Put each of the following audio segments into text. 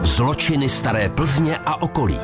Zločiny staré Plzně a okolí.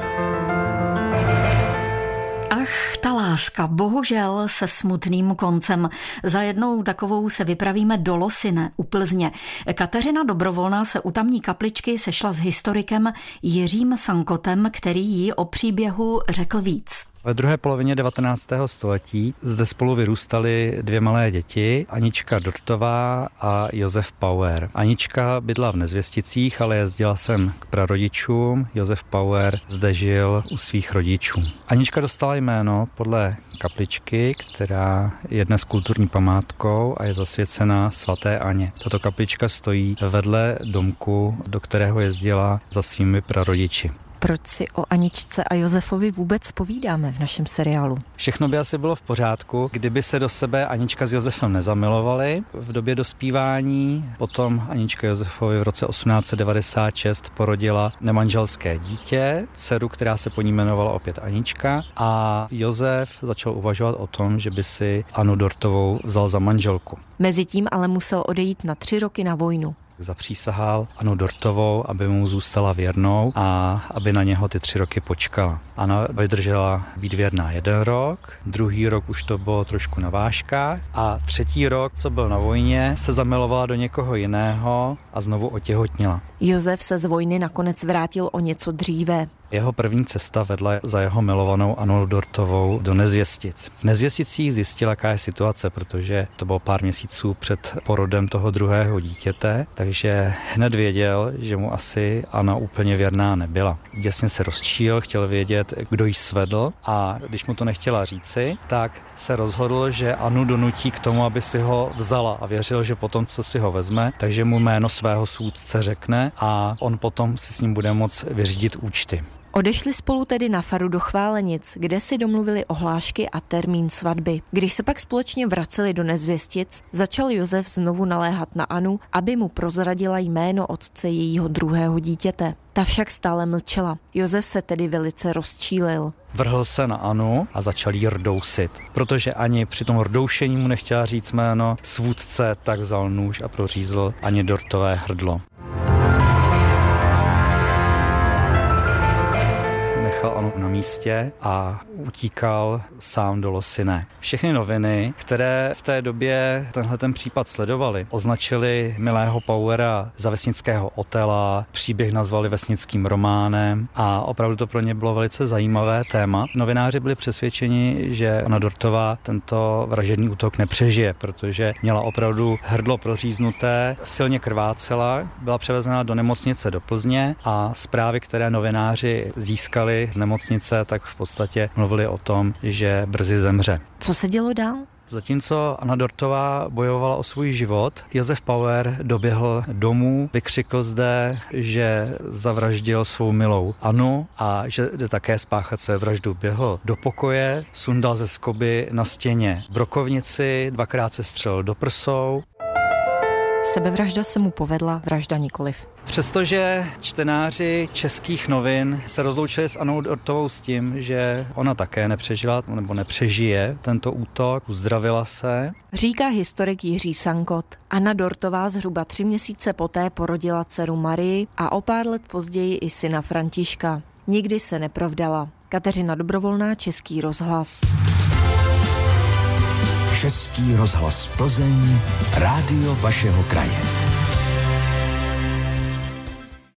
Ta láska, bohužel se smutným koncem. Za jednou takovou se vypravíme do Losine u Plzně. Kateřina Dobrovolná se u tamní kapličky sešla s historikem Jiřím Sankotem, který jí o příběhu řekl víc. Ve druhé polovině 19. století zde spolu vyrůstaly dvě malé děti, Anička Dortová a Josef Pauer. Anička bydla v Nezvěsticích, ale jezdila sem k prarodičům. Josef Pauer zde žil u svých rodičů. Anička dostala jméno podle kapličky, která je dnes kulturní památkou a je zasvěcená svaté Aně. Tato kaplička stojí vedle domku, do kterého jezdila za svými prarodiči. Proč si o Aničce a Josefovi vůbec povídáme v našem seriálu? Všechno by asi bylo v pořádku, kdyby se do sebe Anička s Josefem nezamilovali v době dospívání. Potom Anička Josefovi v roce 1896 porodila nemanželské dítě, dceru, která se po ní jmenovala opět Anička, a Josef začal uvažovat o tom, že by si Anu Dortovou vzal za manželku. Mezitím ale musel odejít na 3 roky na vojnu. Zapřísahal Anu Dortovou, aby mu zůstala věrnou a aby na něho ty 3 roky počkala. Anna vydržela být věrná 1 rok, druhý rok už to bylo trošku na vážkách a 3. rok, co byl na vojně, se zamilovala do někoho jiného a znovu otěhotnila. Josef se z vojny nakonec vrátil o něco dříve. Jeho první cesta vedla za jeho milovanou Anou Dortovou do Nezvěstic. V Nezvěsticích zjistil, jaká je situace, protože to bylo pár měsíců před porodem toho druhého dítěte, takže hned věděl, že mu asi Anna úplně věrná nebyla. Děsně se rozčíl, chtěl vědět, kdo jí svedl, a když mu to nechtěla říci, tak se rozhodl, že Anu donutí k tomu, aby si ho vzala, a věřil, že potom, co si ho vezme, takže mu jméno svého soudce řekne a on potom si s ním bude moct vyřídit účty. Odešli spolu tedy na faru do Chválenic, kde si domluvili ohlášky a termín svatby. Když se pak společně vraceli do Nezvěstic, začal Josef znovu naléhat na Anu, aby mu prozradila jméno otce jejího druhého dítěte. Ta však stále mlčela. Josef se tedy velice rozčílil. Vrhl se na Anu a začal jí rdousit. Protože ani při tom rdoušení mu nechtěla říct jméno svůdce, tak vzal nůž a prořízl Aně Dortové hrdlo. Anu na místě a utíkal sám do Losine. Všechny noviny, které v té době tenhle případ sledovali, označili milého Pauera za vesnického Otela, příběh nazvali vesnickým románem a opravdu to pro ně bylo velice zajímavé téma. Novináři byli přesvědčeni, že Anna Dortová tento vražedný útok nepřežije, protože měla opravdu hrdlo proříznuté, silně krvácela, byla převezena do nemocnice do Plzně a zprávy, které novináři získali z nemocnice, tak v podstatě mluvili o tom, že brzy zemře. Co se dělo dál? Zatímco Anna Dortová bojovala o svůj život, Josef Pauer doběhl domů, vykřikl zde, že zavraždil svou milou Anu a že jde také spáchat své vraždu. Běhl do pokoje, sundal ze skoby na stěně brokovnici, 2krát se střelil do prsou. Sebevražda se mu povedla, vražda nikoliv. Přestože čtenáři českých novin se rozloučili s Anou Dortovou s tím, že ona také nepřežila nebo nepřežije tento útok, uzdravila se. Říká historik Jiří Sankot. Anna Dortová zhruba 3 měsíce poté porodila dceru Marii a o pár let později i syna Františka. Nikdy se neprovdala. Kateřina Dobrovolná, Český rozhlas. Český rozhlas Plzeň, rádio vašeho kraje.